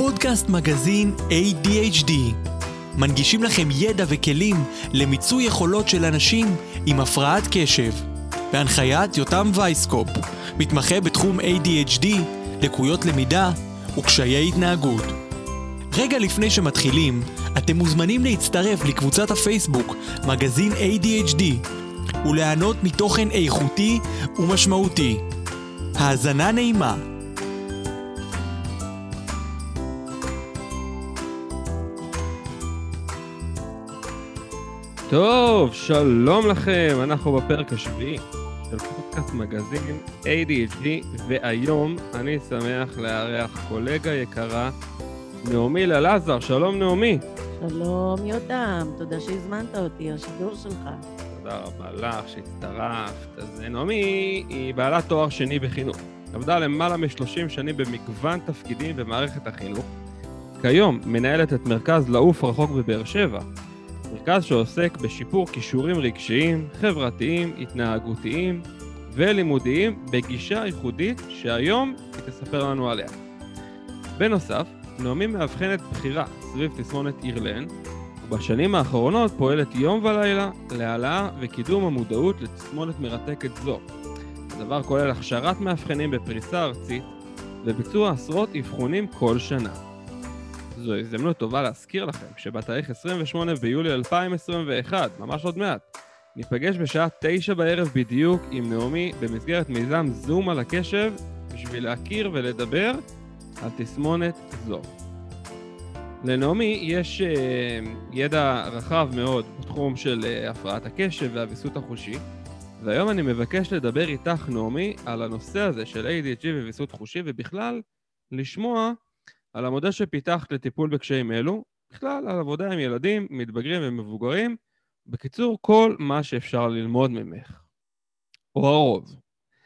פודקאסט מגזין ADHD. מנגישים לכם ידע וכלים למיצוי יכולות של אנשים עם הפרעת קשב. בהנחיית יותם וייסקופ, מתמחה בתחום ADHD, לקויות למידה וקשיי התנהגות. רגע לפני שמתחילים, אתם מוזמנים להצטרף לקבוצת הפייסבוק מגזין ADHD וליהנות מתוכן איכותי ומשמעותי. האזנה נעימה. טוב, שלום לכם, אנחנו בפרק השביעי של פודקאסט מגזין ADHD, והיום אני שמח לארח קולגה יקרה, נעמי אלעזר. שלום נעמי. שלום יותם, תודה שהזמנת אותי, השידור שלך. תודה רבה לך שהצטרפת. אז נעמי היא בעלת תואר שני בחינוך, עבדה למעלה מ-30 שנים במגוון תפקידים במערכת החינוך. כיום מנהלת את מרכז לעוף רחוק בבאר שבע, מרכז שעוסק בשיפור כישורים רגשיים, חברתיים, התנהגותיים ולימודיים בגישה ייחודית שהיום היא תספר לנו עליה. בנוסף, נעמי מאבחנת בחירה סביב תסמונת אירלן, ובשנים האחרונות פועלת יום ולילה להעלאה וקידום המודעות לתסמונת מרתקת זו. הדבר כולל הכשרת מאבחנים בפריסה ארצית וביצוע עשרות אבחונים כל שנה. זו הזדמנות טובה להזכיר לכם שבתאריך 28 ביולי 2021, ממש עוד מעט, ניפגש בשעה 9 בערב בדיוק עם נעמי במסגרת מיזם זום על הקשב בשביל להכיר ולדבר על תסמונת זו. לנעמי יש ידע רחב מאוד בתחום של הפרעת הקשב והוויסות החושי, והיום אני מבקש לדבר איתך נעמי על הנושא הזה של ADHD וויסות חושי, ובכלל לשמוע על המודל שפיתחת לטיפול בקשיים אלו, בכלל על עבודה עם ילדים, מתבגרים ומבוגרים, בקיצור כל מה שאפשר ללמוד ממך, או הרוב.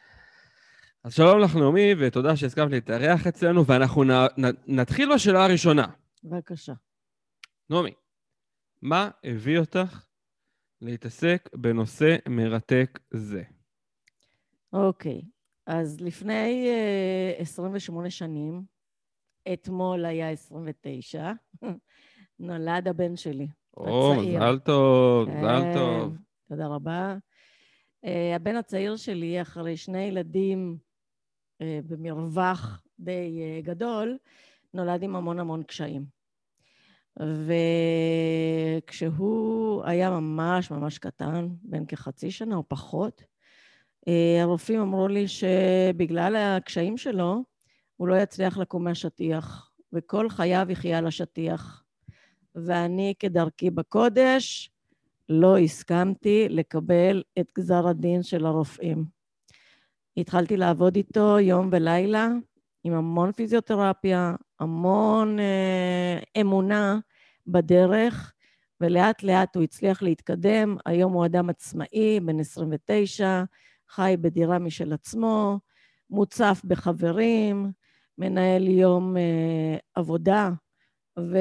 אז שלום לך נעמי, ותודה שהסכמת להתארח אצלנו, ואנחנו נתחיל בשאלה הראשונה. בבקשה. נעמי, מה הביא אותך להתעסק בנושא מרתק זה? אוקיי, אז לפני 28 שנים, אתמול היה 29, נולד הבן שלי. מזל טוב, מזל טוב. תודה רבה. הבן הצעיר שלי, אחרי 2 ילדים במרווח די גדול, נולד עם המון קשיים. וכשהוא היה ממש קטן, בין כחצי שנה או פחות, הרופאים אמרו לי שבגלל הקשיים שלו, הוא לא יצליח לקום מהשטיח, וכל חייו יחיה על השטיח. ואני כדרכי בקודש לא הסכמתי לקבל את גזר הדין של הרופאים. התחלתי לעבוד איתו יום ולילה, עם המון פיזיותרפיה, המון אמונה בדרך, ולאט לאט הוא הצליח להתקדם. היום הוא אדם עצמאי, בן 29, חי בדירה משל עצמו, מוצף בחברים, מנהל יום עבודה, וכל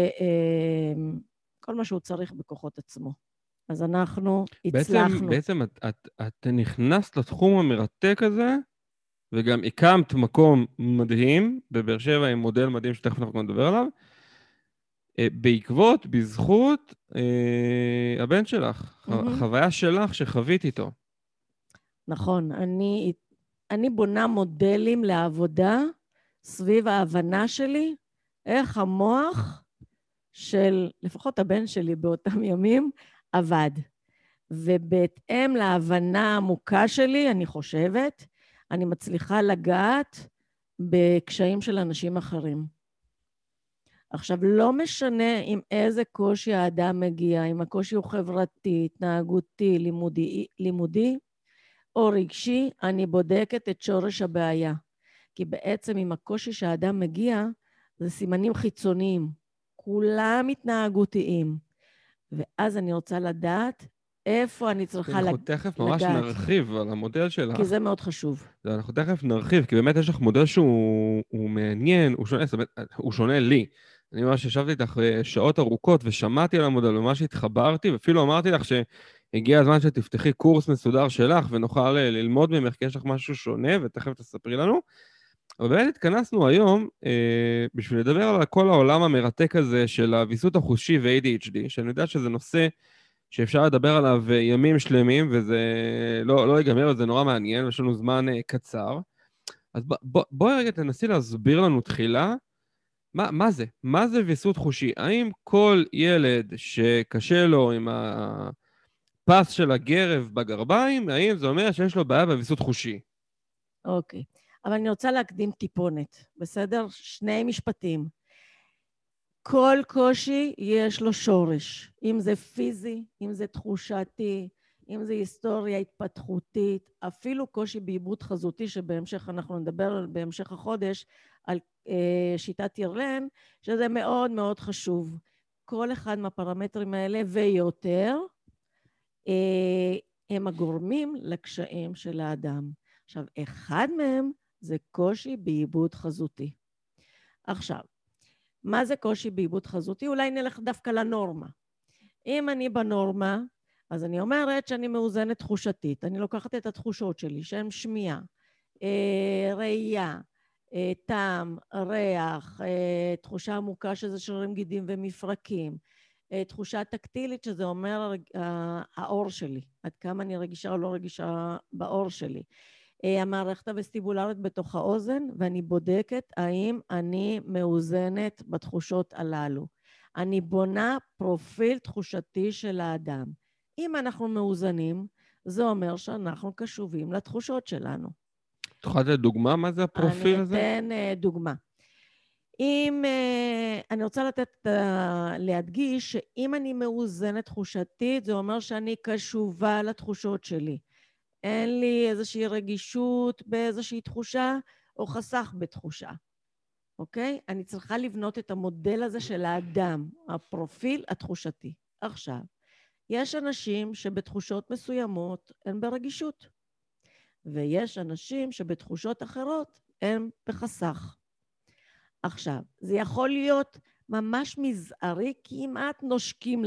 מה שהוא צריך בכוחות עצמו. אז אנחנו הצלחנו. בעצם את נכנסת לתחום המרתק הזה, וגם הקמת מקום מדהים בבאר שבע עם מודל מדהים שתכף אנחנו נדבר עליו, בעקבות, בזכות הבן שלך, החוויה שלך שחווית איתו. נכון, אני בונה מודלים לעבודה סביב ההבנה שלי, איך המוח של, לפחות הבן שלי באותם ימים, עבד. ובהתאם להבנה העמוקה שלי, אני חושבת, אני מצליחה לגעת בקשיים של אנשים אחרים. עכשיו, לא משנה עם איזה קושי האדם מגיע, אם הקושי הוא חברתי, התנהגותי, לימודי או רגשי, אני בודקת את שורש הבעיה. כי בעצם עם הקושי שהאדם מגיע, זה סימנים חיצוניים, כולם התנהגותיים. ואז אני רוצה לדעת איפה אני צריכה לגעת. אנחנו תכף ממש נרחיב על המודל שלך. כי זה מאוד חשוב. אנחנו תכף נרחיב, כי באמת יש לך מודל שהוא מעניין, הוא שונה לי. אני ממש ישבתי איתך שעות ארוכות ושמעתי על המודל, ממש התחברתי, ואפילו אמרתי לך שהגיע הזמן שתפתחי קורס מסודר שלך ונוכל ללמוד ממך, כי יש לך משהו שונה, ותכף תספרי לנו. אבל באמת התכנסנו היום בשביל לדבר על כל העולם המרתק הזה של הוויסות החושי ו-ADHD, שאני יודע שזה נושא שאפשר לדבר עליו ימים שלמים, וזה לא ייגמר, זה נורא מעניין, ויש לנו זמן קצר. אז בואי רגע תנסי להסביר לנו תחילה, מה זה? מה זה ויסות חושי? האם כל ילד שקשה לו עם הפס של הגרב בגרביים, האם זה אומר שיש לו בעיה בוויסות חושי? אוקיי. אבל אני רוצה להקדים טיפונת, בסדר? 2 משפטים. כל קושי יש לו שורש, אם זה פיזי, אם זה תחושתי, אם זה היסטוריה התפתחותית, אפילו קושי בעיבוד חזותי, שבהמשך אנחנו נדבר בהמשך החודש על שיטת ירלן, שזה מאוד מאוד חשוב. כל אחד מהפרמטרים האלה ויותר הם הגורמים לקשיים של האדם. עכשיו, אחד מהם זה קושי בעיבוד חזותי. עכשיו, מה זה קושי בעיבוד חזותי? אולי נלך דווקא לנורמה. אם אני בנורמה, אז אני אומרת שאני מאוזנת תחושתית. אני לוקחת את התחושות שלי, שהן שמיעה, ראייה, טעם, ריח, תחושה עמוקה שזה שרירים גידים ומפרקים, תחושה טקטילית שזה אומר האור שלי, עד כמה אני רגישה או לא רגישה באור שלי. המערכת הווסטיבולרית בתוך האוזן, ואני בודקת האם אני מאוזנת בתחושות הללו. אני בונה פרופיל תחושתי של האדם. אם אנחנו מאוזנים, זה אומר שאנחנו קשובים לתחושות שלנו. תוכל לתת דוגמה מה זה הפרופיל הזה? אני אתן דוגמה. אני רוצה להדגיש שאם אני מאוזנת תחושתית, זה אומר שאני קשובה לתחושות שלי. אין לי איזושהי רגישות באיזושהי תחושה, או חסך בתחושה. אוקיי? אני צריכה לבנות את המודל הזה של האדם, הפרופיל התחושתי. עכשיו, יש אנשים שבתחושות מסוימות הם ברגישות, ויש אנשים שבתחושות אחרות הם בחסך. עכשיו, זה יכול להיות ממש מזערי, כמעט נושקים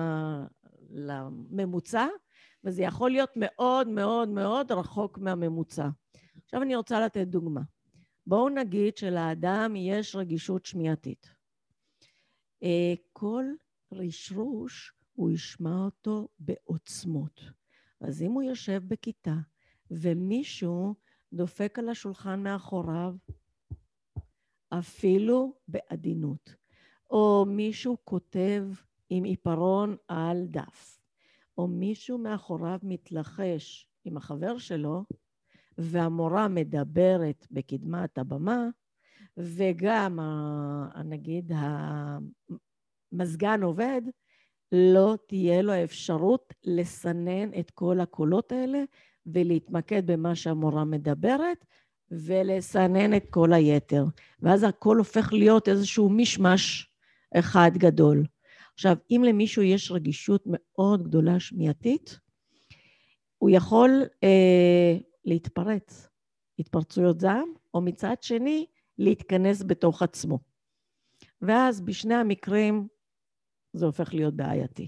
לממוצע, וזה יכול להיות מאוד מאוד מאוד רחוק מהממוצע. עכשיו אני רוצה לתת דוגמה. בואו נגיד שלאדם יש רגישות שמיעתית. כל רשרוש הוא ישמע אותו בעוצמות. אז אם הוא יושב בכיתה ומישהו דופק על השולחן מאחוריו, אפילו בעדינות, או מישהו כותב עם עיפרון על דף, או מישהו מאחוריו מתלחש עם החבר שלו, והמורה מדברת בקדמת הבמה, וגם נגיד המזגן עובד, לא תהיה לו אפשרות לסנן את כל הקולות האלה, ולהתמקד במה שהמורה מדברת, ולסנן את כל היתר. ואז הכל הופך להיות איזשהו משמש אחד גדול. עכשיו, אם למישהו יש רגישות מאוד גדולה שמיעתית, הוא יכול להתפרץ, התפרצויות זעם, או מצד שני, להתכנס בתוך עצמו. ואז בשני המקרים, זה הופך להיות בעייתי.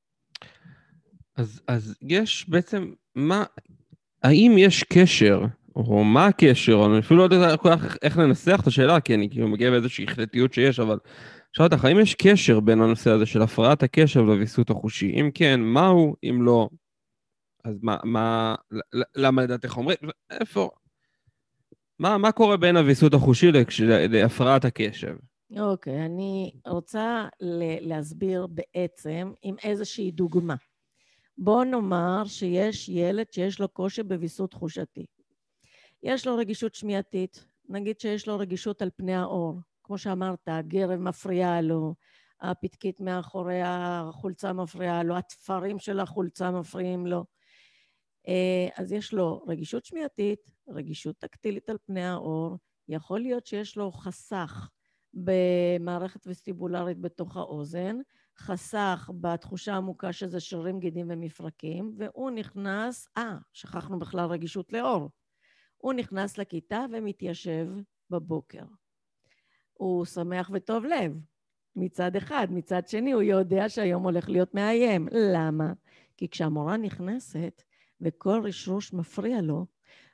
אז יש בעצם, האם יש קשר, או מה הקשר, אני אפילו לא יודע איך לנסח את השאלה, כי אני כאילו מגיע באיזושהי החלטיות שיש, אבל שאל אותך, האם יש קשר בין הנושא הזה של הפרעת הקשב לוויסות החושי? אם כן, מהו? אם לא, אז למה לדעתך אומרים? איפה? מה קורה בין הוויסות החושי להפרעת הקשב? אוקיי, אני רוצה להסביר בעצם עם איזושהי דוגמה. בוא נאמר שיש ילד שיש לו קושי בוויסות תחושתי. יש לו רגישות שמיעתית, נגיד שיש לו רגישות על פני האור. כמו שאמרת, הגרב מפריעה לו, הפתקית מאחורי החולצה מפריעה לו, התפרים של החולצה מפריעים לו. אז יש לו רגישות שמיעתית, רגישות טקטילית על פני האור, יכול להיות שיש לו חסך במערכת וסטיבולרית בתוך האוזן, חסך בתחושה עמוקה שזה שרירים גידים ומפרקים, והוא נכנס, שכחנו בכלל רגישות לאור, הוא נכנס לכיתה ומתיישב בבוקר. הוא שמח וטוב לב, מצד אחד, מצד שני הוא יודע שהיום הולך להיות מאיים. למה? כי כשהמורה נכנסת וכל רשרוש מפריע לו,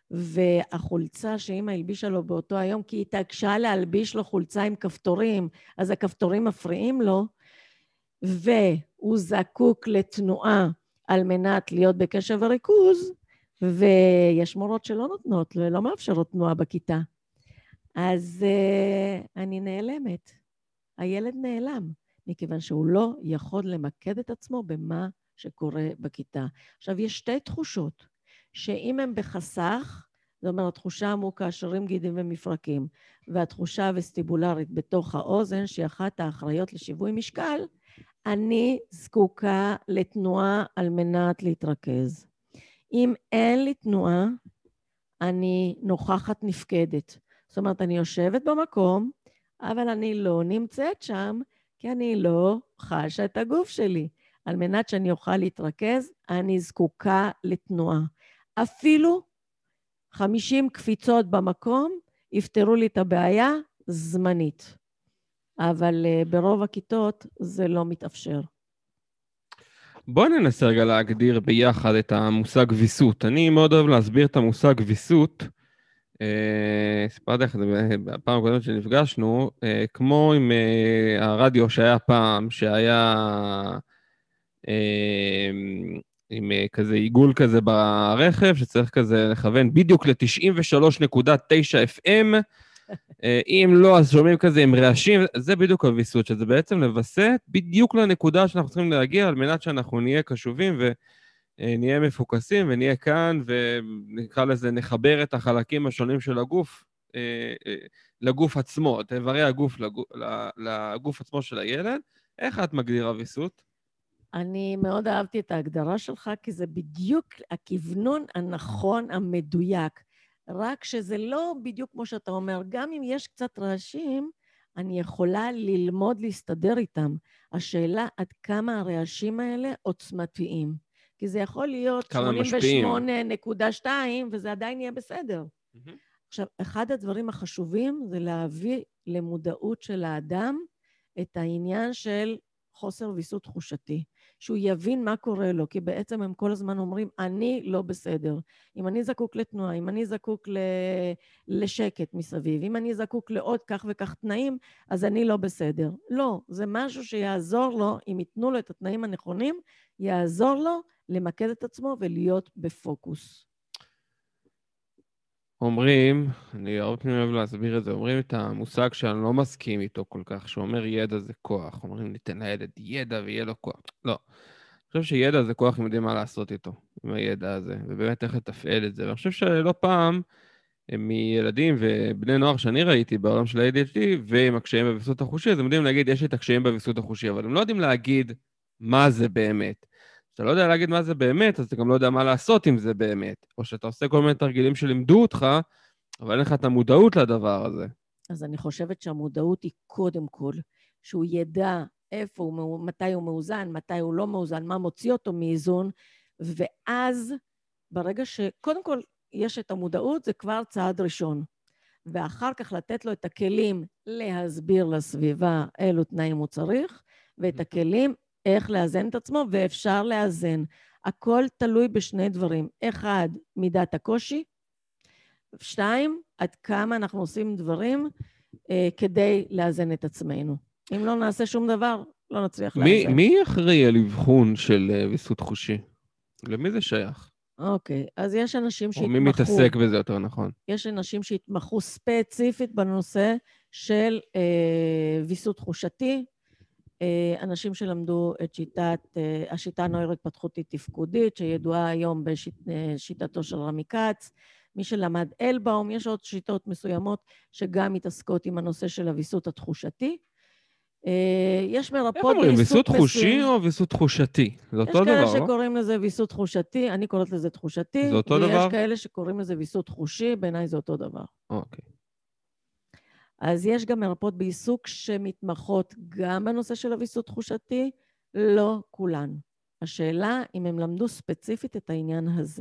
והחולצה שאמא הלבישה לו באותו היום, כי היא התעקשה להלביש לו חולצה עם כפתורים, אז הכפתורים מפריעים לו, והוא זקוק לתנועה על מנת להיות בקשב וריכוז, ויש מורות שלא נותנות, ולא מאפשרות תנועה בכיתה. אז אני נעלמת. הילד נעלם, מכיוון שהוא לא יכול למקד את עצמו במה שקורה בכיתה. עכשיו, יש שתי תחושות, שאם הם בחסך, זאת אומרת, התחושה עמוקה, שרירים, גידים ומפרקים, והתחושה הווסטיבולרית בתוך האוזן, שהיא אחת האחראיות לשיווי משקל, אני זקוקה לתנועה על מנת להתרכז. אם אין לי תנועה, אני נוכחת נפקדת. זאת אומרת, אני יושבת במקום, אבל אני לא נמצאת שם, כי אני לא חשה את הגוף שלי. על מנת שאני אוכל להתרכז, אני זקוקה לתנועה. אפילו 50 קפיצות במקום יפתרו לי את הבעיה זמנית. אבל ברוב הכיתות זה לא מתאפשר. בואו ננסה רגע להגדיר ביחד את המושג ויסות. אני מאוד אוהב להסביר את המושג ויסות. סיפרתי לך את זה בפעם הקודמת שנפגשנו, כמו עם הרדיו שהיה פעם, שהיה עם כזה עיגול כזה ברכב, שצריך כזה לכוון בדיוק ל-93.9 FM, אם לא, אז שומעים כזה עם רעשים, זה בדיוק הוויסות, שזה בעצם לבסט בדיוק לנקודה שאנחנו צריכים להגיע, על מנת שאנחנו נהיה קשובים ונהיה מפוקסים, ונהיה כאן, ונקרא לזה, נחבר את החלקים השונים של הגוף, לגוף עצמו, את איברי הגוף לגוף עצמו של הילד. איך את מגדירה ויסות? אני מאוד אהבתי את ההגדרה שלך, כי זה בדיוק הכיוונון הנכון, המדויק. רק שזה לא בדיוק כמו שאתה אומר, גם אם יש קצת רעשים, אני יכולה ללמוד להסתדר איתם. השאלה עד כמה הרעשים האלה עוצמתיים. כי זה יכול להיות 88.2, וזה עדיין יהיה בסדר. עכשיו, אחד הדברים החשובים זה להביא למודעות של האדם את העניין של חוסר ויסות תחושתי. שהוא יבין מה קורה לו, כי בעצם הם כל הזמן אומרים, אני לא בסדר. אם אני זקוק לתנועה, אם אני זקוק לשקט מסביב, אם אני זקוק לעוד כך וכך תנאים, אז אני לא בסדר. לא, זה משהו שיעזור לו, אם ייתנו לו את התנאים הנכונים, יעזור לו למקד את עצמו ולהיות בפוקוס. אומרים, אני הרבה פעמים אוהב להסביר את זה, אומרים את המושג שאני לא מסכים איתו כל כך, שאומר ידע זה כוח. אומרים, ניתן לילד ידע ויהיה לו כוח. לא. אני חושב שידע זה כוח, אם יודעים מה לעשות איתו, עם הידע הזה, ובאמת איך לתפעל את זה. ואני חושב שלא פעם, מילדים ובני נוער שאני ראיתי בעולם של ה-ADHD, ועם הקשיים בוויסות החושי, אז הם יודעים להגיד, יש לי את הקשיים בוויסות החושי, אבל הם לא יודעים להגיד מה זה באמת. כשאתה לא יודע להגיד מה זה באמת, אז אתה גם לא יודע מה לעשות עם זה באמת. או שאתה עושה כל מיני תרגילים שלימדו אותך, אבל אין לך את המודעות לדבר הזה. אז אני חושבת שהמודעות היא קודם כל, שהוא ידע איפה הוא, מתי הוא מאוזן, מתי הוא לא מאוזן, מה מוציא אותו מאיזון, ואז ברגע שקודם כל יש את המודעות, זה כבר צעד ראשון. ואחר כך לתת לו את הכלים להסביר לסביבה אילו תנאים הוא צריך, ואת הכלים איך לאזן את עצמו, ואפשר לאזן. הכל תלוי בשני דברים. אחד, מידת הקושי. 2, עד כמה אנחנו עושים דברים כדי לאזן את עצמנו. אם לא נעשה שום דבר, לא נצליח לאזן. מי אחראי על אבחון של ויסות חושי? למי זה שייך? אוקיי, אז יש אנשים שהתמחו... או מי מתעסק בזה יותר נכון? יש אנשים שהתמחו ספציפית בנושא של ויסות תחושתי, אנשים שלמדו את השיטה הנוירו-התפתחותית תפקודית, שידועה היום בשיטתו של רמי כץ, מי שלמד אלבאום, יש עוד שיטות מסוימות שגם מתעסקות עם הנושא של הוויסות התחושתי. יש מרפאות בעיסוק מסוים. ויסות חושי או ויסות תחושתי? זה אותו דבר, לא? יש כאלה שקוראים לזה ויסות תחושתי, אני קוראת לזה תחושתי. זה אותו דבר? ויש כאלה שקוראים לזה ויסות חושי, בעיניי זה אותו דבר. אוקיי. אז יש גם מרפאות בעיסוק שמתמחות גם בנושא של הוויסות תחושתי, לא כולן. השאלה אם הם למדו ספציפית את העניין הזה.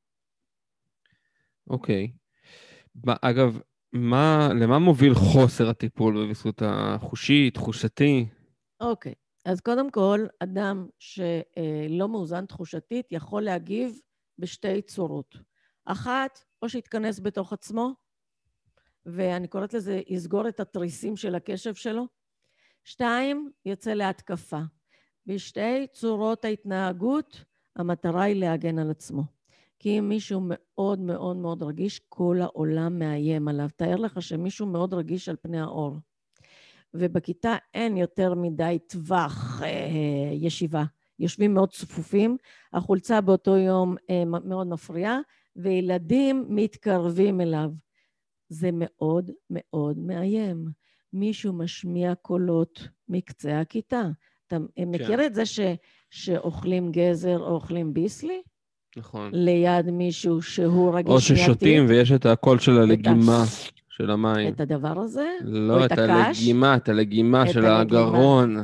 אוקיי. אגב, למה מוביל חוסר הטיפול בוויסות החושי, תחושתי? אוקיי. אז קודם כל, אדם שלא מאוזן תחושתית יכול להגיב בשתי צורות. אחת, או שיתכנס בתוך עצמו, ואני קוראת לזה, יסגור את התריסים של הקשב שלו. 2, יוצא להתקפה. בשתי צורות ההתנהגות, המטרה היא להגן על עצמו. כי אם מישהו מאוד מאוד מאוד רגיש, כל העולם מאיים עליו. תאר לך שמישהו מאוד רגיש על פני האור. ובכיתה אין יותר מדי טווח ישיבה. יושבים מאוד צפופים, החולצה באותו יום מאוד מפריעה, וילדים מתקרבים אליו. זה מאוד מאוד מאיים. מישהו משמיע קולות מקצה הכיתה. אתה מכיר את זה שאוכלים גזר או אוכלים ביסלי? נכון. ליד מישהו שהוא רגיש או ששותים ויש את הקול של הלגימה של המים. את הדבר הזה? לא, את הלגימה של הגרון.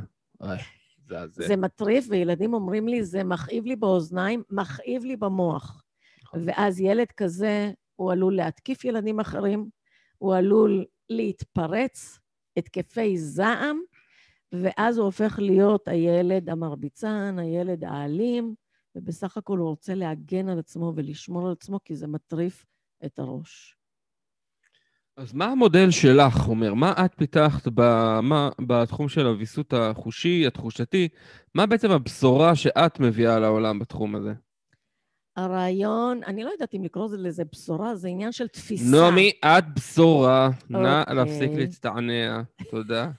זה מטריף, וילדים אומרים לי, זה מכאיב לי באוזניים, מכאיב לי במוח. ואז ילד כזה, הוא עלול להתקיף ילדים אחרים, הוא עלול להתפרץ, התקפי זעם, ואז הוא הופך להיות הילד המרביצן, הילד האלים, ובסך הכל הוא רוצה להגן על עצמו ולשמור על עצמו, כי זה מטריף את הראש. אז מה המודל שלך, אומר? מה את פיתחת בתחום של הוויסות החושי, התחושתי? מה בעצם הבשורה שאת מביאה לעולם בתחום הזה? הרעיון, אני לא יודעת אם לקרוא לזה בשורה, זה עניין של תפיסה. נעמי, את בשורה. נא להפסיק להצטענע. תודה.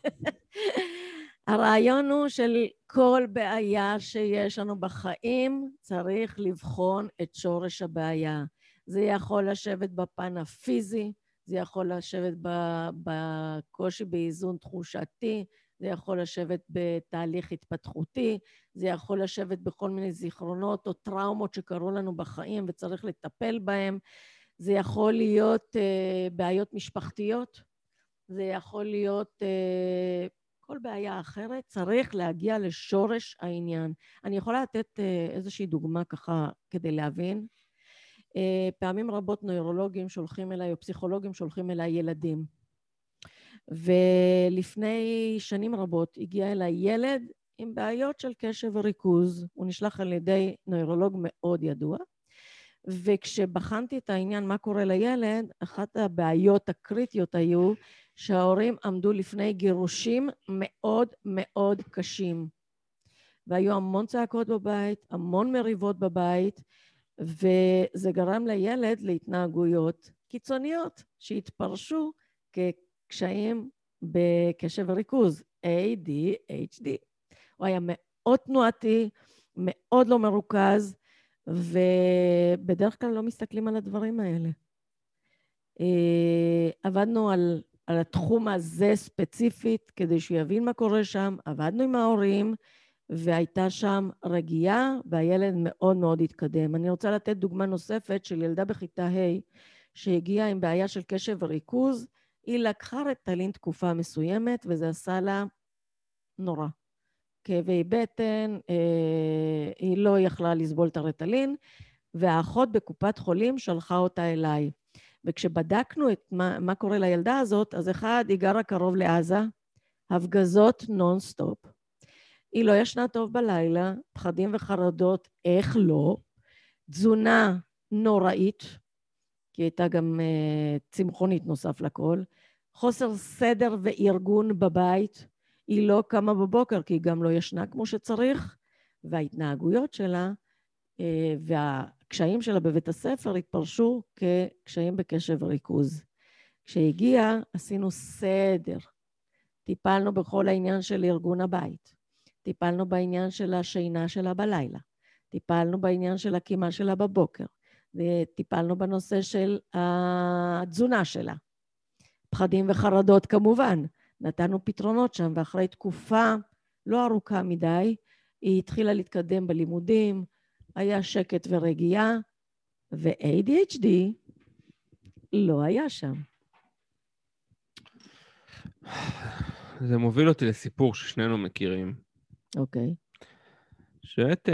הרעיון הוא של כל בעיה שיש לנו בחיים, צריך לבחון את שורש הבעיה. זה יכול לשבת בפן הפיזי, זה יכול לשבת בקושי באיזון תחושתי, זה יכול לשבת בתהליך התפתחותי, זה יכול לשבת בכל מיני זיכרונות או טראומות שקרו לנו בחיים וצריך לטפל בהם, זה יכול להיות בעיות משפחתיות, זה יכול להיות כל בעיה אחרת, צריך להגיע לשורש העניין. אני יכולה לתת איזושהי דוגמה ככה כדי להבין. פעמים רבות נוירולוגים שולחים אליי או פסיכולוגים שולחים אליי ילדים. ולפני שנים רבות הגיע אליי ילד עם בעיות של קשב וריכוז. הוא נשלח על ידי נוירולוג מאוד ידוע. וכשבחנתי את העניין מה קורה לילד, אחת הבעיות הקריטיות היו שההורים עמדו לפני גירושים מאוד מאוד קשים. והיו המון צעקות בבית, המון מריבות בבית, וזה גרם לילד להתנהגויות קיצוניות שהתפרשו כקשיים בקשב וריכוז, ADHD. הוא היה מאוד תנועתי, מאוד לא מרוכז, ובדרך כלל לא מסתכלים על הדברים האלה. עבדנו על התחום הזה ספציפית, כדי שהוא יבין מה קורה שם, עבדנו עם ההורים, והייתה שם רגיעה, והילד מאוד מאוד התקדם. אני רוצה לתת דוגמה נוספת של ילדה בכיתה ה' שהגיעה עם בעיה של קשב וריכוז, היא לקחה רטלין תקופה מסוימת, וזה עשה לה נורא. כאבי בטן, היא לא יכלה לסבול את הרטלין, והאחות בקופת חולים שלחה אותה אליי. וכשבדקנו את מה קורה לילדה הזאת, אז אחד, היא גרה קרוב לעזה, הפגזות נונסטופ. היא לא ישנה טוב בלילה, פחדים וחרדות, איך לא, תזונה נוראית, כי הייתה גם צמחונית נוסף לכל, חוסר סדר וארגון בבית, היא לא קמה בבוקר כי היא גם לא ישנה כמו שצריך, וההתנהגויות שלה והקשיים שלה בבית הספר התפרשו כקשיים בקשב וריכוז. כשהגיעה עשינו סדר, טיפלנו בכל העניין של ארגון הבית, טיפלנו בעניין של השינה שלה בלילה, טיפלנו בעניין של הקימה שלה בבוקר, וטיפלנו בנושא של התזונה שלה. פחדים וחרדות כמובן, נתנו פתרונות שם, ואחרי תקופה לא ארוכה מדי, היא התחילה להתקדם בלימודים, היה שקט ורגיעה, ו-ADHD לא היה שם. זה מוביל אותי לסיפור ששנינו מכירים. אוקיי. שאת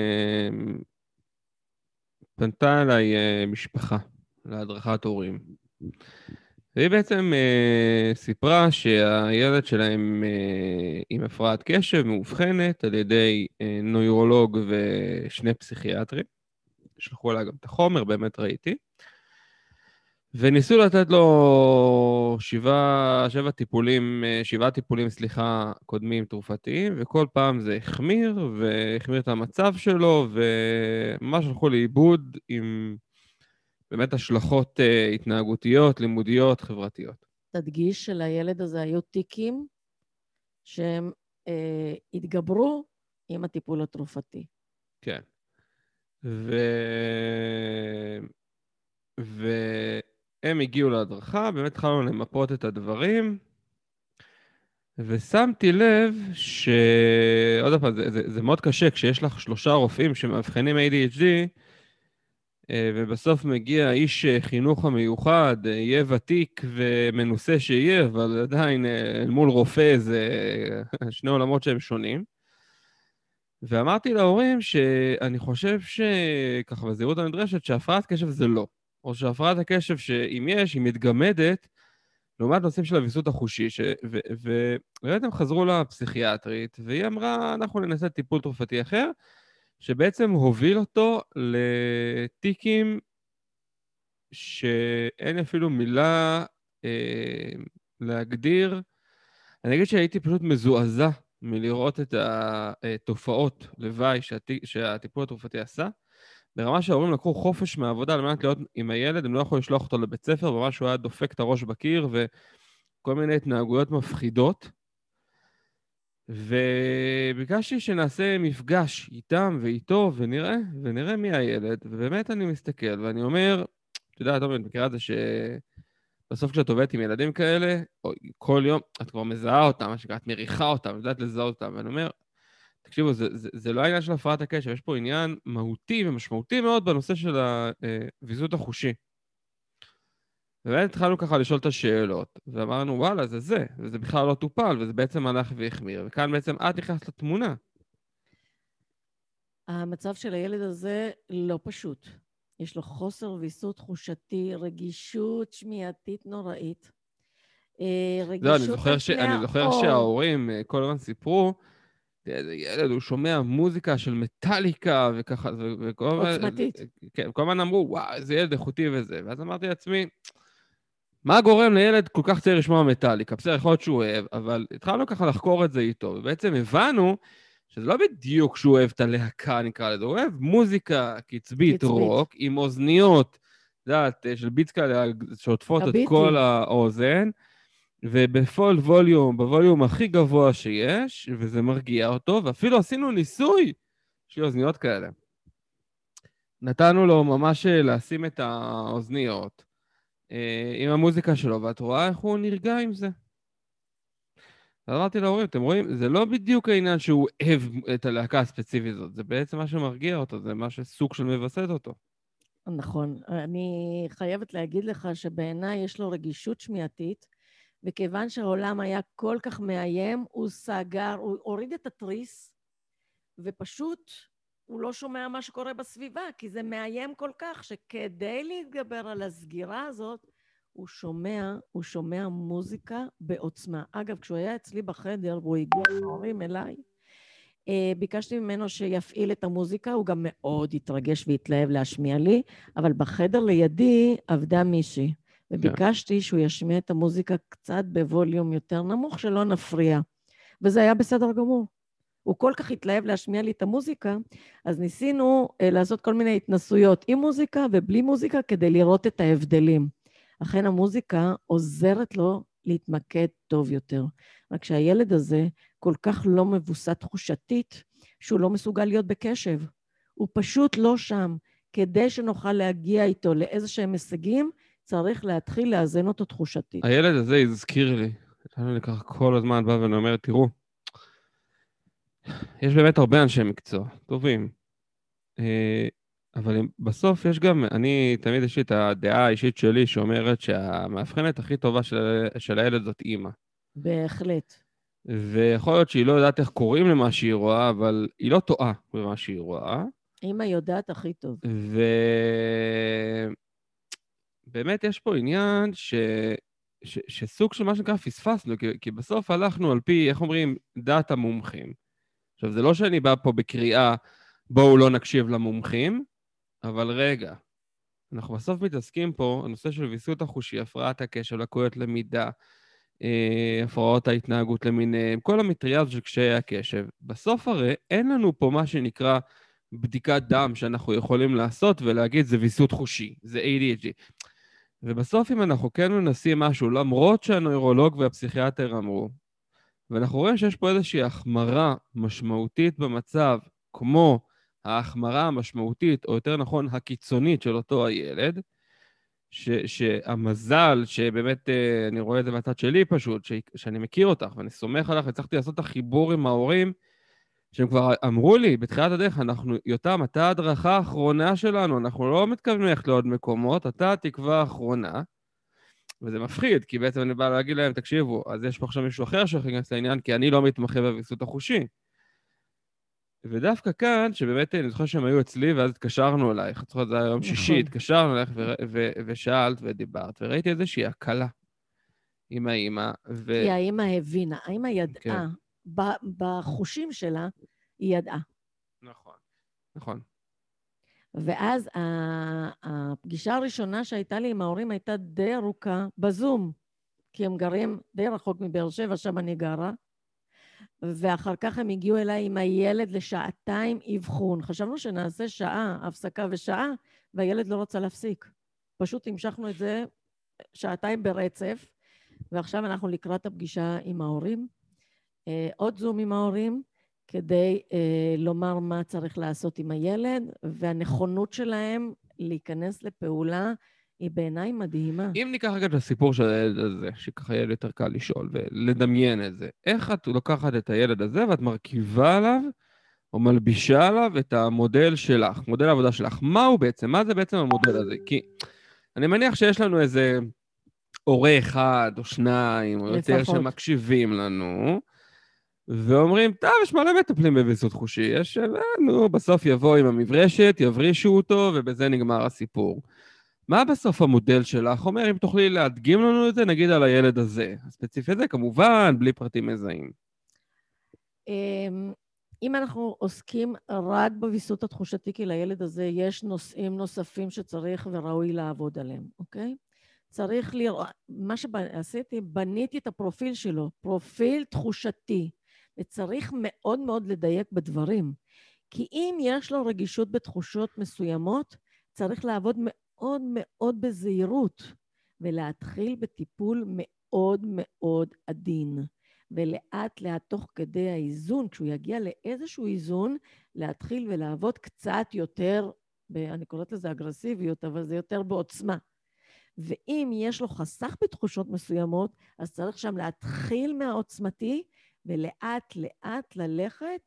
פנתה אליי משפחה להדרכת הורים. והיא בעצם סיפרה שהילד שלהם עם הפרעת קשב מאובחנת על ידי נוירולוג ושני פסיכיאטרים. שלחו לה גם את החומר, באמת ראיתי. וניסו לתת לו שבעה טיפולים, סליחה, קודמים תרופתיים, וכל פעם זה החמיר את המצב שלו, וממש הלכו לאיבוד עם באמת השלכות התנהגותיות, לימודיות, חברתיות. תדגיש שלילד הזה היו טיקים שהם התגברו עם הטיפול התרופתי. כן. והם הגיעו להדרכה, באמת התחלנו למפות את הדברים, ושמתי לב עוד פעם, זה מאוד קשה כשיש לך 3 רופאים שמאבחנים ADHD, ובסוף מגיע איש חינוך המיוחד, יהיה ותיק ומנוסה שיהיה, אבל עדיין אל מול רופא זה 2 עולמות שהם שונים. ואמרתי להורים שאני חושב שככה בזהירות הנדרשת שהפרעת קשב זה לא. או שהפרעת הקשב שאם יש, היא מתגמדת, לעומת נושאים של הוויסות החושי, ובאמת הם חזרו לפסיכיאטרית, והיא אמרה, אנחנו ננסה טיפול תרופתי אחר, שבעצם הוביל אותו לטיקים שאין אפילו מילה להגדיר. אני אגיד שהייתי פשוט מזועזע מלראות את התופעות לוואי שהטיפול התרופתי עשה, ברמה שההורים לקחו חופש מהעבודה על מנת להיות עם הילד, הם לא יכולו לשלוח אותו לבית ספר, ממש הוא היה דופק את הראש בקיר וכל מיני התנהגויות מפחידות. וביקשתי שנעשה מפגש איתם ואיתו ונראה מי הילד, ובאמת אני מסתכל ואני אומר, אתה יודע, אתה מכירה את זה שבסוף כשאת עובדת עם ילדים כאלה, או כל יום את כבר מזהה אותם, את מריחה אותם, יודעת לזהות אותם, ואני אומר, תקשיבו, זה לא העניין של הפרעת הקשב, יש פה עניין מהותי ומשמעותי מאוד בנושא של הוויסות החושי. ובאמת התחלנו ככה לשאול את השאלות, ואמרנו, וואלה, זה, וזה בכלל לא טופל, וזה בעצם הלך והחמיר, וכאן בעצם את נכנסת לתמונה. המצב של הילד הזה לא פשוט. יש לו חוסר ויסות תחושתי, רגישות שמיעתית נוראית. אני זוכר שההורים כל הזמן סיפרו, איזה ילד, הוא שומע מוזיקה של מטליקה וככה, עוצמתית. כן, כל הזמן אמרו, וואו, איזה ילד איכותי וזה, ואז אמרתי לעצמי, מה גורם לילד כל כך צעיר לשמוע מטליקה? בסדר, יכול להיות שהוא אוהב, אבל התחלנו ככה לחקור את זה איתו, ובעצם הבנו שזה לא בדיוק שהוא אוהב את הלהקה, נקרא לזה, הוא אוהב מוזיקה קצבית רוק, עם אוזניות, יודעת, של ביץ כאלה שעוטפות את כל האוזן, ובפול ווליום, בווליום הכי גבוה שיש, וזה מרגיע אותו, ואפילו עשינו ניסוי של אוזניות כאלה. נתנו לו ממש לשים את האוזניות עם המוזיקה שלו, ואת רואה איך הוא נרגע עם זה. אמרתי להורים, אתם רואים, זה לא בדיוק העניין שהוא אוהב את הלהקה הספציפית הזאת, זה בעצם מה שמרגיע אותו, זה מה שסוג של מבסס אותו. נכון. אני חייבת להגיד לך שבעיניי יש לו רגישות שמיעתית, וכיוון שהעולם היה כל כך מאיים, הוא סגר, הוא הוריד את התריס, ופשוט הוא לא שומע מה שקורה בסביבה, כי זה מאיים כל כך, שכדי להתגבר על הסגירה הזאת, הוא שומע מוזיקה בעוצמה. אגב, כשהוא היה אצלי בחדר, והוא הגיע להורים אליי, ביקשתי ממנו שיפעיל את המוזיקה, הוא גם מאוד התרגש והתלהב להשמיע לי, אבל בחדר לידי עבדה מישהי, וביקשתי שהוא ישמיע את המוזיקה קצת בווליום יותר נמוך, שלא נפריע. וזה היה בסדר גמור. הוא כל כך התלהב להשמיע לי את המוזיקה, אז ניסינו לעשות כל מיני התנסויות עם מוזיקה ובלי מוזיקה, כדי לראות את ההבדלים. אכן המוזיקה עוזרת לו להתמקד טוב יותר. רק שהילד הזה כל כך לא מבוסת תחושתית, שהוא לא מסוגל להיות בקשב. הוא פשוט לא שם. כדי שנוכל להגיע איתו לאיזה שהם הישגים, צריך להתחיל לאזן אותו תחושתית. הילד הזה הזכיר לי, אני ככה כל הזמן בא ואני אומר, תראו, יש באמת הרבה אנשי מקצוע, טובים, אבל בסוף יש גם, אני תמיד יש לי את הדעה האישית שלי שאומרת שהמאבחנת הכי טובה של הילד זאת אימא. בהחלט. ויכול להיות שהיא לא יודעת איך קוראים למה שהיא רואה, אבל היא לא טועה במה שהיא רואה. אימא יודעת הכי טוב. ובאמת יש פה עניין שסוג של מה שנקרא פספסנו, כי בסוף הלכנו על פי, איך אומרים, דעת המומחים. עכשיו, זה לא שאני בא פה בקריאה, בואו לא נקשיב למומחים, אבל רגע, אנחנו בסוף מתעסקים פה, הנושא של ויסות החושי, הפרעת הקשב, לקויות למידה, הפרעות ההתנהגות למיניהם, כל המטריה של קשיי הקשב. בסוף הרי אין לנו פה מה שנקרא בדיקת דם שאנחנו יכולים לעשות ולהגיד זה ויסות חושי, זה ADHD. ובסוף אם אנחנו כן מנסים משהו, למרות שהנוירולוג והפסיכיאטר אמרו, ואנחנו רואים שיש פה איזושהי החמרה משמעותית במצב, כמו ההחמרה המשמעותית, או יותר נכון הקיצונית של אותו הילד, שהמזל, שבאמת אני רואה את זה מהצד שלי פשוט, שאני מכיר אותך ואני סומך עליך, הצלחתי לעשות את החיבור עם ההורים, שהם כבר אמרו לי בתחילת הדרך, יותם, אתה ההדרכה האחרונה שלנו, אנחנו לא מתכוונים ללכת לעוד מקומות, אתה התקווה האחרונה, וזה מפחיד, כי בעצם אני בא להגיד להם, תקשיבו, אז יש פה עכשיו מישהו אחר שיכול להיכנס לעניין, כי אני לא מתמחה בוויסות החושי. ודווקא כאן, שבאמת אני זוכר שהם היו אצלי, ואז התקשרנו אלייך, אני זוכר, זה היה יום שישי, התקשרנו אלייך ושאלת ודיברת, וראיתי איזושהי הקלה עם האמא, כי האמא הבינה, האמא ידעה, בחושים שלה, היא ידעה. נכון, נכון. ואז הפגישה הראשונה שהייתה לי עם ההורים הייתה די ארוכה בזום, כי הם גרים די רחוק מבאר שבע, שם אני גרה, ואחר כך הם הגיעו אליי עם הילד לשעתיים אבחון. חשבנו שנעשה שעה, הפסקה ושעה, והילד לא רצה להפסיק. פשוט המשכנו את זה שעתיים ברצף, ועכשיו אנחנו לקראת הפגישה עם ההורים, עוד זום עם ההורים, כדי לומר מה צריך לעשות עם הילד, והנכונות שלהם להיכנס לפעולה היא בעיניי מדהימה. אם ניקח רגע את הסיפור של הילד הזה, שככה יהיה יותר קל לשאול ולדמיין את זה, איך את לוקחת את הילד הזה ואת מרכיבה עליו, או מלבישה עליו את המודל שלך, מודל העבודה שלך? מה הוא בעצם? מה זה בעצם המודל הזה? כי אני מניח שיש לנו איזה הורה אחד או שניים, או יותר שמקשיבים לנו, ואומרים, טוב, יש מלא מטפלים בוויסות חושי, יש, בסוף יבוא עם המברשת, יברישו אותו, ובזה נגמר הסיפור. מה בסוף המודל שלך? אומר, אם תוכלי להדגים לנו את זה, נגיד על הילד הזה. הספציפי הזה, כמובן, בלי פרטים מזהים. אם אנחנו עוסקים רק בוויסות התחושתי, כי לילד הזה יש נושאים נוספים שצריך וראוי לעבוד עליהם, אוקיי? צריך לראות, מה שעשיתי, בניתי את הפרופיל שלו, פרופיל תחושתי, וצריך מאוד מאוד לדייק בדברים. כי אם יש לו רגישות בתחושות מסוימות, צריך לעבוד מאוד מאוד בזהירות, ולהתחיל בטיפול מאוד מאוד עדין. ולאט לאט תוך כדי האיזון, כשהוא יגיע לאיזשהו איזון, להתחיל ולעבוד קצת יותר, אני קוראת לזה אגרסיביות, אבל זה יותר בעוצמה. ואם יש לו חסך בתחושות מסוימות, אז צריך שם להתחיל מהעוצמתי, ולאט לאט ללכת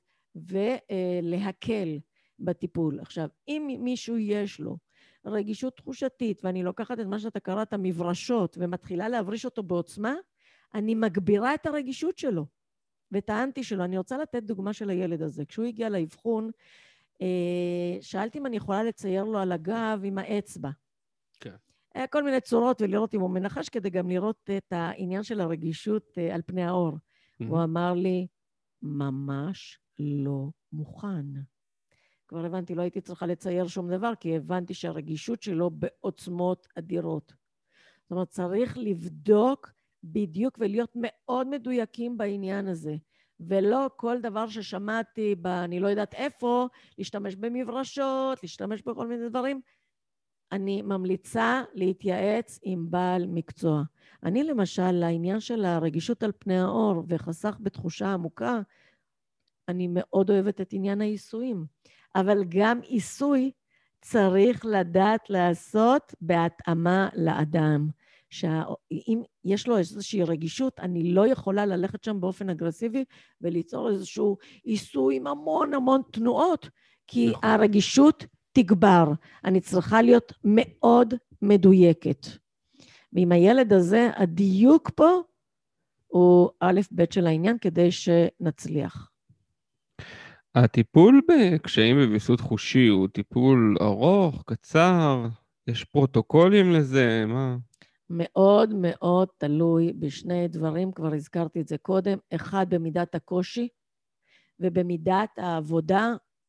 ולהקל בטיפול. עכשיו, אם מישהו יש לו רגישות תחושתית, ואני לוקחת את מה שאתה קראת מברשות, ומתחילה להבריש אותו בעוצמה, אני מגבירה את הרגישות שלו, ואת האנטי שלו. אני רוצה לתת דוגמה של הילד הזה. כשהוא הגיע לאבחון, שאלתי אם אני יכולה לצייר לו על הגב עם האצבע. כן. כל מיני צורות, ולראות אם הוא מנחש, כדי גם לראות את העניין של הרגישות על פני האור. הוא אמר לי, ממש לא מוכן. כבר הבנתי, לא הייתי צריכה לצייר שום דבר, כי הבנתי שהרגישות שלו בעוצמות אדירות. זאת אומרת, צריך לבדוק בדיוק ולהיות מאוד מדויקים בעניין הזה. ולא כל דבר ששמעתי אני לא יודעת איפה, להשתמש במברשות, להשתמש בכל מיני דברים. אני ממליצה להתייעץ עם בעל מקצוע. אני למשל, לעניין של הרגישות על פני האור וחסך בתחושה עמוקה, אני מאוד אוהבת את עניין העיסויים. אבל גם עיסוי צריך לדעת לעשות בהתאמה לאדם. שאם יש לו איזושהי רגישות, אני לא יכולה ללכת שם באופן אגרסיבי וליצור איזשהו עיסוי עם המון המון תנועות, כי הרגישות תגבר. אני צריכה להיות מאוד מדויקת. ועם הילד הזה, הדיוק פה הוא א' ב' של העניין כדי שנצליח. הטיפול בקשיים בוויסות חושי הוא טיפול ארוך, קצר, יש פרוטוקולים לזה, מה? מאוד מאוד תלוי בשני דברים, כבר הזכרתי את זה קודם, אחד במידת הקושי ובמידת העבודה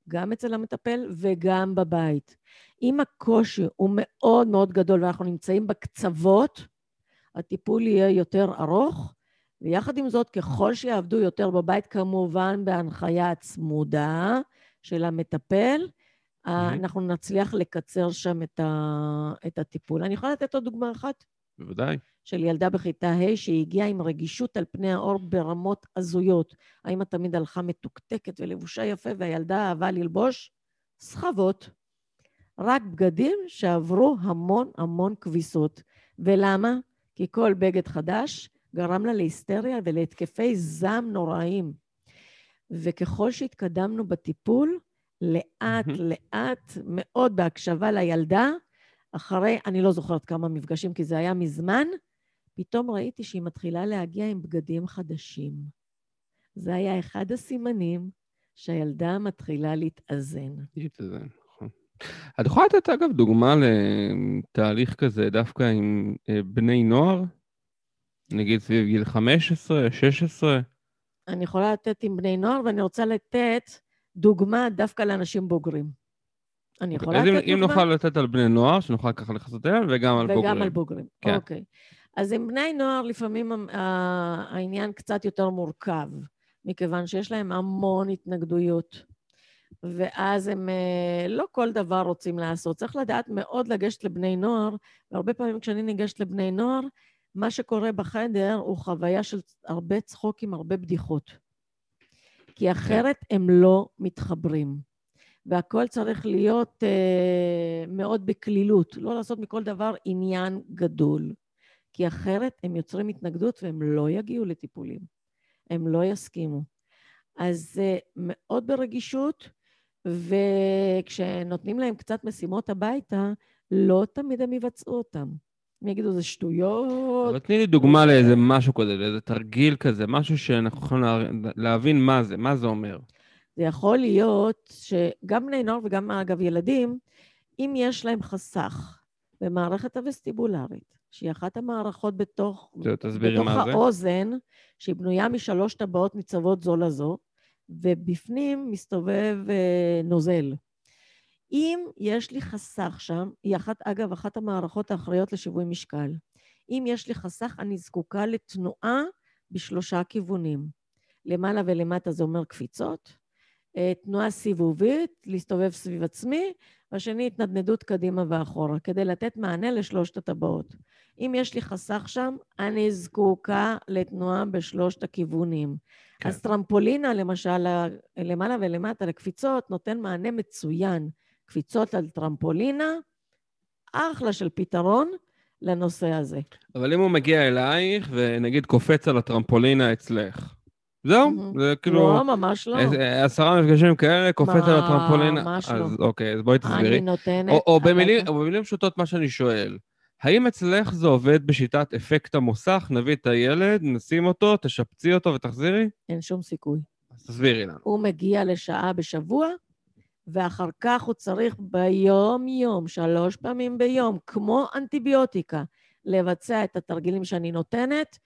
גם אצל המטפל וגם בבית. אם הקושי הוא מאוד מאוד גדול ואנחנו נמצאים בקצוות, הטיפול יהיה יותר ארוך, ויחד עם זאת, ככל שיעבדו יותר בבית, כמובן בהנחיה צמודה של המטפל, אנחנו נצליח לקצר שם את הטיפול. אני יכולה לתת עוד דוגמה אחת? בוודאי. של ילדה בכיתה ה' שהגיעה עם רגישות על פני האור ברמות הזויות. האמא תמיד הלכה מתוקתקת ולבושה יפה, והילדה אהבה ללבוש סחבות. רק בגדים שעברו המון המון כביסות. ולמה? כי כל בגד חדש גרם לה להיסטריה ולהתקפי זעם נוראים. וככל שהתקדמנו בטיפול, לאט לאט מאוד בהקשבה לילדה, אחרי, אני לא זוכרת כמה מפגשים, כי זה היה מזמן, פתאום ראיתי שהיא מתחילה להגיע עם בגדים חדשים. זה היה אחד הסימנים שהילדה מתחילה להתאזן. להתאזן, נכון. את יכולה לתת אגב דוגמה לתהליך כזה דווקא עם בני נוער? נגיד סביב גיל 15, 16? אני יכולה לתת עם בני נוער, ואני רוצה לתת דוגמה דווקא לאנשים בוגרים. אני יכולה לתת דוגמה? אם נוכל לתת על בני נוער, שנוכל ככה לחסות עליהם, וגם על בוגרים. וגם על בוגרים, כן. אוקיי. אז עם בני נוער לפעמים העניין קצת יותר מורכב, מכיוון שיש להם המון התנגדויות, ואז הם לא כל דבר רוצים לעשות. צריך לדעת מאוד לגשת לבני נוער, והרבה פעמים כשאני ניגשת לבני נוער, מה שקורה בחדר הוא חוויה של הרבה צחוקים, הרבה בדיחות. כי אחרת הם לא מתחברים. והכל צריך להיות מאוד בכלילות, לא לעשות מכל דבר עניין גדול. כי אחרת הם יוצרים התנגדות והם לא יגיעו לטיפולים. הם לא יסכימו. אז זה מאוד ברגישות, וכשנותנים להם קצת משימות הביתה, לא תמיד הם יבצעו אותם. הם יגידו, זה שטויות. אבל תני לי דוגמה לאיזה משהו כזה, לאיזה תרגיל כזה, משהו שאנחנו יכולים להבין מה זה אומר. זה יכול להיות שגם בני נוער וגם אגב ילדים, אם יש להם חסך במערכת הווסטיבולרית, שהיא אחת המערכות בתוך האוזן, שהיא בנויה משלוש טבעות ניצבות זו לזו, ובפנים מסתובב נוזל. אם יש לי חסך שם, היא אחת המערכות האחריות לשיווי משקל. אם יש לי חסך, אני זקוקה לתנועה בשלושה כיוונים. למעלה ולמטה זה אומר קפיצות, תנועה סיבובית, להסתובב סביב עצמי, והשני התנדנדות קדימה ואחורה, כדי לתת מענה לשלושת הטבעות. אם יש לי חסך שם, אני זקוקה לתנועה בשלושת הכיוונים. כן. אז טרמפולינה, למשל, למעלה ולמטה לקפיצות, נותן מענה מצוין. קפיצות על טרמפולינה, אחלה של פתרון לנושא הזה. אבל אם הוא מגיע אלייך, ונגיד קופץ על הטרמפולינה אצלך, זהו, זה כאילו... לא, ממש לא. 10 מפגשים כאלה, קופץ על הטרמפולינה. ממש לא. אז אוקיי, אז בואי תסבירי. אני נותנת... או במילים פשוטות מה שאני שואל. האם אצלך זה עובד בשיטת אפקט המוסך? נביא את הילד, נשים אותו, תשפצי אותו ותחזירי? אין שום סיכוי. אז תסבירי לנו. הוא מגיע לשעה בשבוע, ואחר כך הוא צריך ביום-יום, 3 פעמים ביום, כמו אנטיביוטיקה, לבצע את התרגילים שאני נותנת,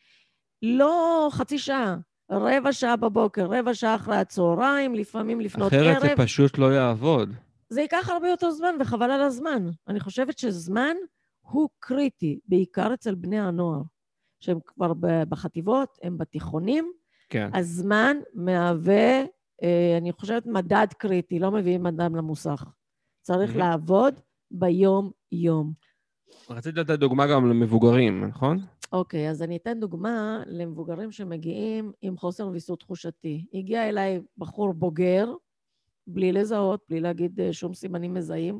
לא חצי שעה. רבע שעה בבוקר, רבע שעה אחרי הצהריים, לפעמים לפנות ערב. אחרת זה פשוט לא יעבוד. זה ייקח הרבה יותר זמן, וחבל על הזמן. אני חושבת שזמן הוא קריטי, בעיקר אצל בני הנוער, שהם כבר בחטיבות, הם בתיכונים. כן. הזמן מהווה, אני חושבת, מדד קריטי, לא מביאים אדם למוסך. צריך לעבוד ביום-יום. רציתי לתת דוגמה גם למבוגרים, נכון? אוקיי, אז אני אתן דוגמה למבוגרים שמגיעים עם חוסר ויסות תחושתי. הגיע אליי בחור בוגר, בלי לזהות, בלי להגיד שום סימנים מזהים,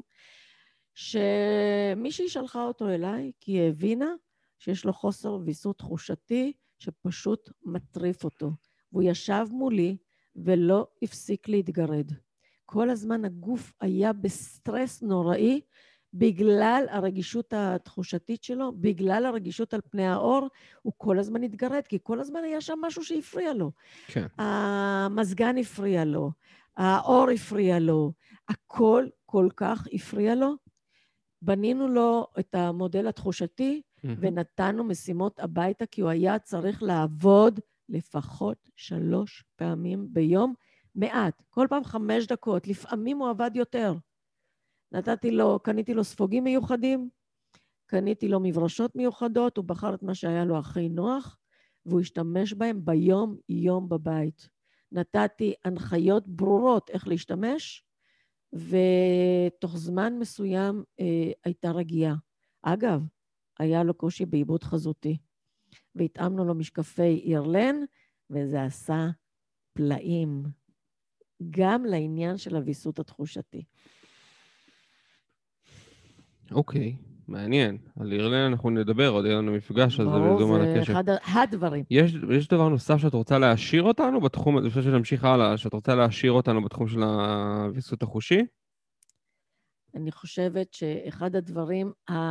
שמישהי שלחה אותו אליי כי היא הבינה שיש לו חוסר ויסות תחושתי שפשוט מטריף אותו. והוא ישב מולי ולא הפסיק להתגרד. כל הזמן הגוף היה בסטרס נוראי, בגלל הרגישות התחושתית שלו, בגלל הרגישות על פני האור, הוא כל הזמן התגרד, כי כל הזמן היה שם משהו שהפריע לו. כן. המזגן הפריע לו, האור הפריע לו, הכל כל כך הפריע לו. בנינו לו את המודל התחושתי, ונתנו משימות הביתה, כי הוא היה צריך לעבוד לפחות 3 פעמים ביום, מעט, כל פעם 5 דקות, לפעמים הוא עבד יותר. קניתי לו ספוגים מיוחדים, קניתי לו מברשות מיוחדות, הוא בחר את מה שהיה לו הכי נוח, והוא השתמש בהם ביום בבית. נתתי הנחיות ברורות איך להשתמש, ותוך זמן מסוים הייתה רגיעה. אגב, היה לו קושי בעיבוד חזותי, והתאמנו לו משקפי אירלן, וזה עשה פלאים, גם לעניין של הוויסות התחושתי. אוקיי, מעניין. על אירלן אנחנו נדבר, עוד יהיה לנו מפגש על זה ברור, על זה הקשב. אחד הדברים. יש דבר נוסף שאת רוצה להשאיר אותנו בתחום, אני חושב שנמשיך הלאה, שאת רוצה להשאיר אותנו בתחום של הוויסות החושי? אני חושבת שאחד הדברים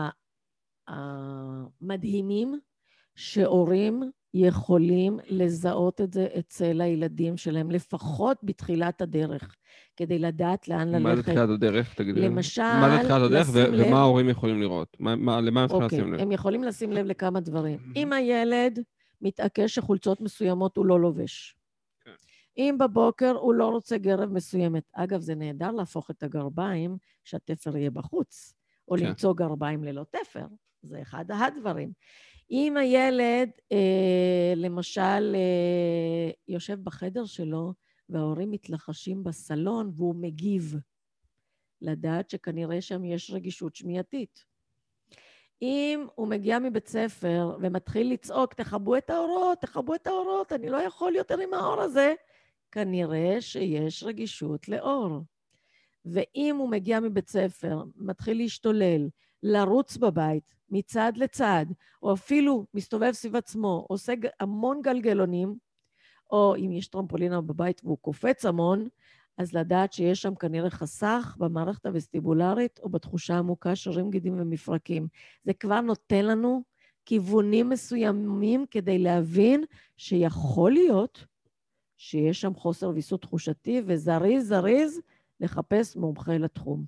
המדהימים, שהורים יכולים לזהות את זה אצל הילדים שלהם, לפחות בתחילת הדרך, כדי לדעת לאן ללכת. מה זה תחילת הדרך? תגידי. למשל, מה זה תחילת הדרך לשים לב... ומה ההורים יכולים לראות? למה הם צריכים לשים לב? הם יכולים לשים לב לכמה דברים. אם הילד מתעקש שחולצות מסוימות הוא לא לובש. אם בבוקר הוא לא רוצה גרב מסוימת. אגב, זה נהדר להפוך את הגרביים שהתפר יהיה בחוץ, או למצוא גרביים ללא תפר. זה אחד הדברים. אם הילד, למשל, יושב בחדר שלו, וההורים מתלחשים בסלון, והוא מגיב, לדעת שכנראה שם יש רגישות שמיעתית. אם הוא מגיע מבית ספר ומתחיל לצעוק, תכבו את האורות, אני לא יכול יותר עם האור הזה, כנראה שיש רגישות לאור. ואם הוא מגיע מבית ספר, מתחיל להשתולל, לרוץ בבית, מצד לצד, או אפילו מסתובב סביב עצמו, עושה המון גלגלונים, או אם יש טרמפולינה בבית והוא קופץ המון, אז לדעת שיש שם כנראה חסך במערכת הווסטיבולרית, או בתחושה עמוקה שרירים גידים ומפרקים. זה כבר נותן לנו כיוונים מסוימים כדי להבין שיכול להיות שיש שם חוסר ויסות תחושתי, וזריז לחפש מומחה לתחום.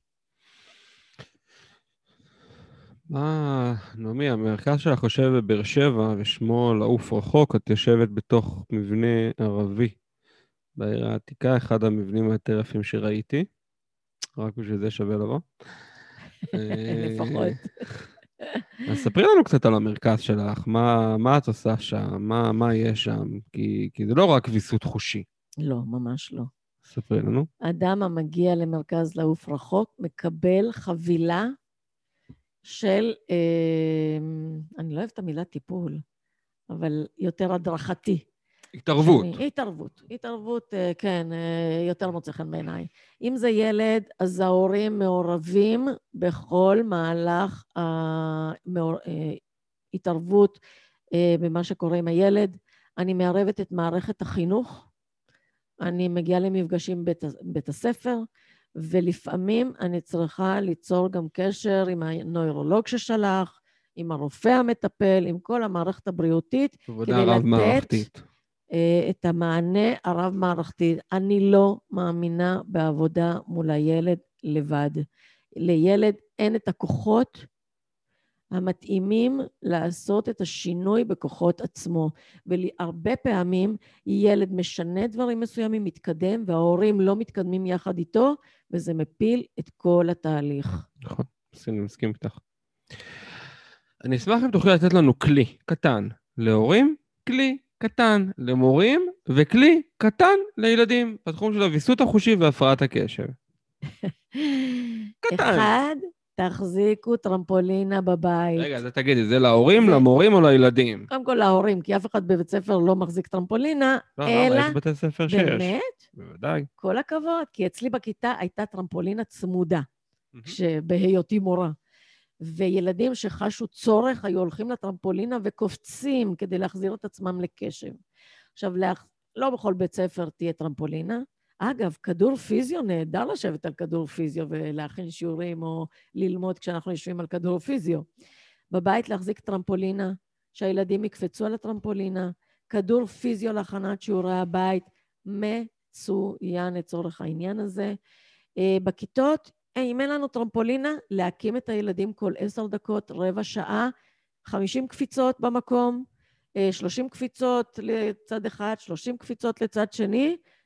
נעמי, המרכז שלך יושב בבאר שבע, ושמו לעוף רחוק, את יושבת בתוך מבנה ערבי. בעיר העתיקה, אחד המבנים היותר יפים שראיתי, רק בשביל זה שווה לבוא. לפחות. אז ספרי לנו קצת על המרכז שלך, מה את עושה שם, מה יש שם, כי זה לא רק ויסות חושי. לא, ממש לא. ספרי לנו. אדם המגיע למרכז לעוף רחוק מקבל חבילה של, אני לא אוהבת את המילה טיפול, אבל יותר הדרכתי. התערבות, כן, יותר מוצא חן בעיניי. אם זה ילד, אז ההורים מעורבים בכל מהלך התערבות במה שקורה עם הילד. אני מערבת את מערכת החינוך, אני מגיעה למפגשים בית הספר, ולפעמים אני צריכה ליצור גם קשר עם הנוירולוג ששלח, עם הרופא המטפל, עם כל המערכת הבריאותית, כדי לתת את המענה הרב-מערכתי. אני לא מאמינה בעבודה מול הילד לבד. לילד אין את הכוחות המתאימים לעשות את השינוי בכוחות עצמו. והרבה פעמים ילד משנה דברים מסוימים, מתקדם, וההורים לא מתקדמים יחד איתו, וזה מפיל את כל התהליך. נכון, אני מסכים איתך. אני אשמח אם תוכלי לתת לנו כלי קטן להורים, כלי קטן למורים, וכלי קטן לילדים, בתחום של הוויסות החושי והפרעת הקשב. קטן. אחד, תחזיקו טרמפולינה בבית. רגע, אז תגידי, זה להורים, למורים או לילדים? קודם כל להורים, כי אף אחד בבית ספר לא מחזיק טרמפולינה, אלא... יש בתי ספר שיש. באמת? בוודאי. כל הכבוד, כי אצלי בכיתה הייתה טרמפולינה צמודה, בהיותי מורה. וילדים שחשו צורך היו הולכים לטרמפולינה וקופצים כדי להחזיר את עצמם לקשב. עכשיו, לא בכל בית ספר תהיה טרמפולינה. אגב, כדור פיזיו נהדר לשבת על כדור פיזיו ולהכין שיעורים או ללמוד כשאנחנו יושבים על כדור פיזיו. בבית להחזיק טרמפולינה, שהילדים יקפצו על הטרמפולינה, כדור פיזיו להכנת שיעורי הבית, מצוין לצורך העניין הזה. בכיתות, אם אין לנו טרמפולינה, להקים את הילדים כל 10 דקות, רבע שעה, 50 קפיצות במקום, 30 קפיצות לצד אחד, 30 קפיצות לצד שני,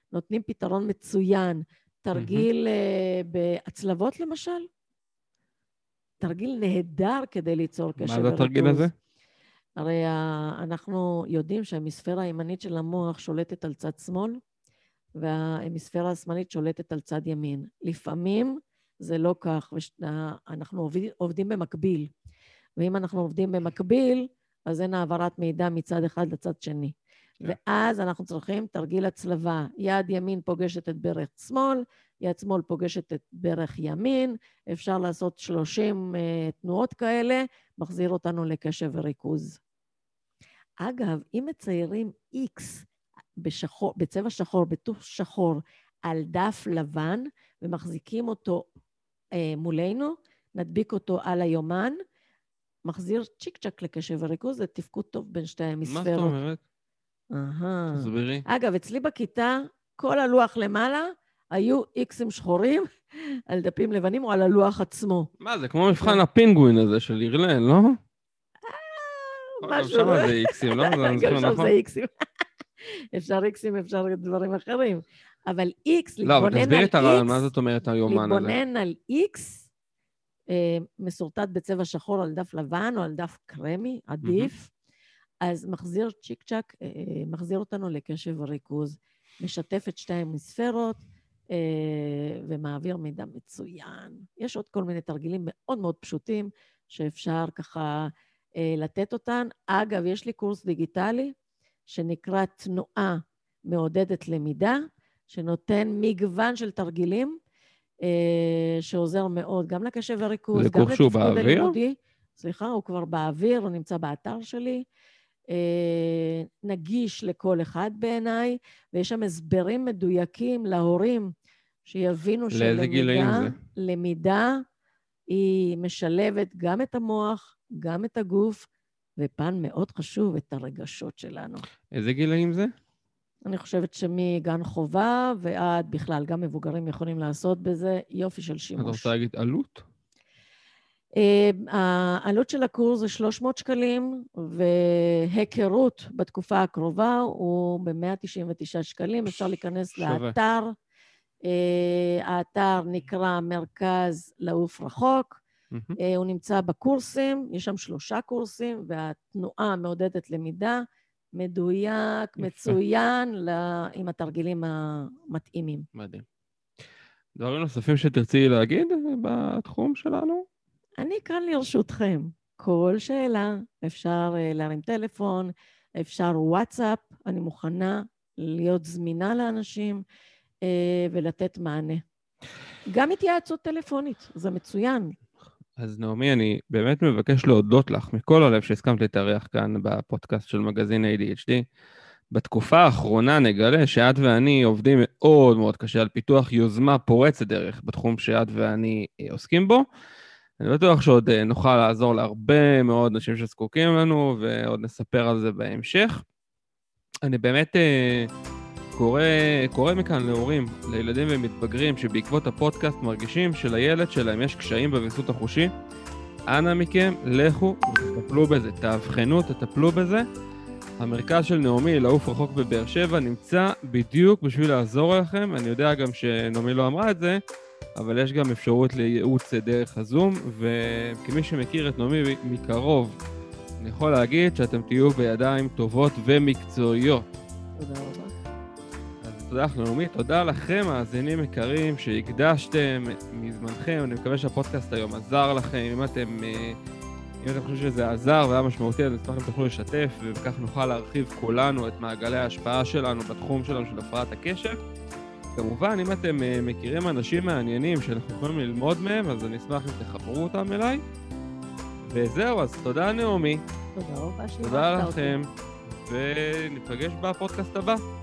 נותנים פתרון מצוין. תרגיל בהצלבות למשל, תרגיל נהדר כדי ליצור קשב וריכוז. מה זה התרגיל הזה? הרי אנחנו יודעים שההמיספירה הימנית של המוח שולטת על צד שמאל, וההמיספירה השמאלית שולטת על צד ימין. לפעמים זה לא כך, אנחנו עובדים במקביל. ואם אנחנו עובדים במקביל, אז אין העברת מידע מצד אחד לצד שני. ואז אנחנו צריכים תרגיל הצלבה. יד ימין פוגשת את ברך שמאל, יד שמאל פוגשת את ברך ימין, אפשר לעשות 30 תנועות כאלה, מחזיר אותנו לקשב וריכוז. אגב, אם מציירים X בצבע שחור, בטוף שחור, על דף לבן, ומחזיקים אותו מולנו, נדביק אותו על היומן, מחזיר צ'יק צ'ק לקשב וריכוז, זה תפקוד טוב בין שתי ההמיספירות. מה זאת אומרת? תסבירי. אגב, אצלי בכיתה, כל הלוח למעלה, היו איקסים שחורים על דפים לבנים או על הלוח עצמו. מה, זה כמו מבחן הפינגווין הזה של אירלן, לא? משהו. שם זה איקסים, לא? גם שם זה איקסים. אפשר איקסים, אפשר דברים אחרים. אבל איקס, להתבונן על איקס... לא, אבל תסביר את הרעיון, מה זאת אומרת היומן הזה? להתבונן על איקס, מסורטט בצבע שחור על דף לבן או על דף קרמי, עדיף, אז מחזיר צ'יק צ'ק, מחזיר אותנו לקשב וריכוז, משתף את שתי ההמיספירות, ומעביר מידע מצוין. יש עוד כל מיני תרגילים מאוד מאוד פשוטים, שאפשר ככה לתת אותן. אגב, יש לי קורס דיגיטלי, שנקרא תנועה מעודדת למידה, שנותן מגוון של תרגילים, שעוזר מאוד גם לקשב וריכוז, גם לתפקוד הלימודי. סליחה, הוא כבר באוויר, הוא נמצא באתר שלי. נגיש לכל אחד בעיניי, ויש שם הסברים מדויקים להורים, שיבינו שלמידה היא משלבת גם את המוח, גם את הגוף, ופן מאוד חשוב, את הרגשות שלנו. איזה גילאים זה? אני חושבת שמגן חובה ועד בכלל, גם מבוגרים יכולים לעשות בזה יופי של שימוש. אתה רוצה להגיד עלות? העלות של הקורס זה 300 שקלים, והיכרות בתקופה הקרובה הוא ב-199 שקלים. אפשר להיכנס לאתר. האתר נקרא מרכז לעוף רחוק. הוא נמצא בקורסים, יש שם 3 קורסים, והתנועה מעודדת למידה, מדויק, מצוין, עם התרגילים המתאימים. מדהים. דברים נוספים שתרצי להגיד בתחום שלנו? אני כאן לרשותכם. כל שאלה, אפשר להרים טלפון, אפשר וואטסאפ, אני מוכנה להיות זמינה לאנשים ולתת מענה. גם התייעצות טלפונית, זה מצוין. אז נעמי, אני באמת מבקש להודות לך מכל הלב שהסכמת להתארח כאן בפודקאסט של מגזין ADHD. בתקופה האחרונה נגלה שאת ואני עובדים מאוד מאוד קשה על פיתוח יוזמה פורצת דרך בתחום שאת ואני עוסקים בו. אני בטוח שעוד נוכל לעזור להרבה מאוד אנשים שזקוקים לנו, ועוד נספר על זה בהמשך. אני באמת קורא מכאן להורים, לילדים ומתבגרים, שבעקבות הפודקאסט מרגישים שלילד שלהם יש קשיים בוויסות החושי. אנא מכם, לכו ותטפלו בזה, תאבחנו, תטפלו בזה. המרכז של נעמי לעוף רחוק בבאר שבע נמצא בדיוק בשביל לעזור לכם. אני יודע גם שנעמי לא אמרה את זה, אבל יש גם אפשרות לייעוץ דרך הזום, וכמי שמכיר את נעמי מקרוב, אני יכול להגיד שאתם תהיו בידיים טובות ומקצועיות. תודה רבה. אז תודה לך נעמי, תודה לכם מאזינים יקרים שהקדשתם מזמנכם. אני מקווה שהפודקאסט היום עזר לכם. אם אתם חושבים שזה עזר והיה משמעותי, אז נשמח אם תוכלו לשתף, וכך נוכל להרחיב כולנו את מעגלי ההשפעה שלנו בתחום שלנו של הפרעת הקשב. כמובן, אם אתם מכירים אנשים מעניינים שאנחנו יכולים ללמוד מהם, אז אני אשמח אם תחברו אותם אליי. וזהו, אז תודה נעמי. תודה רבה. תודה לכם, וניפגש בפודקאסט הבא.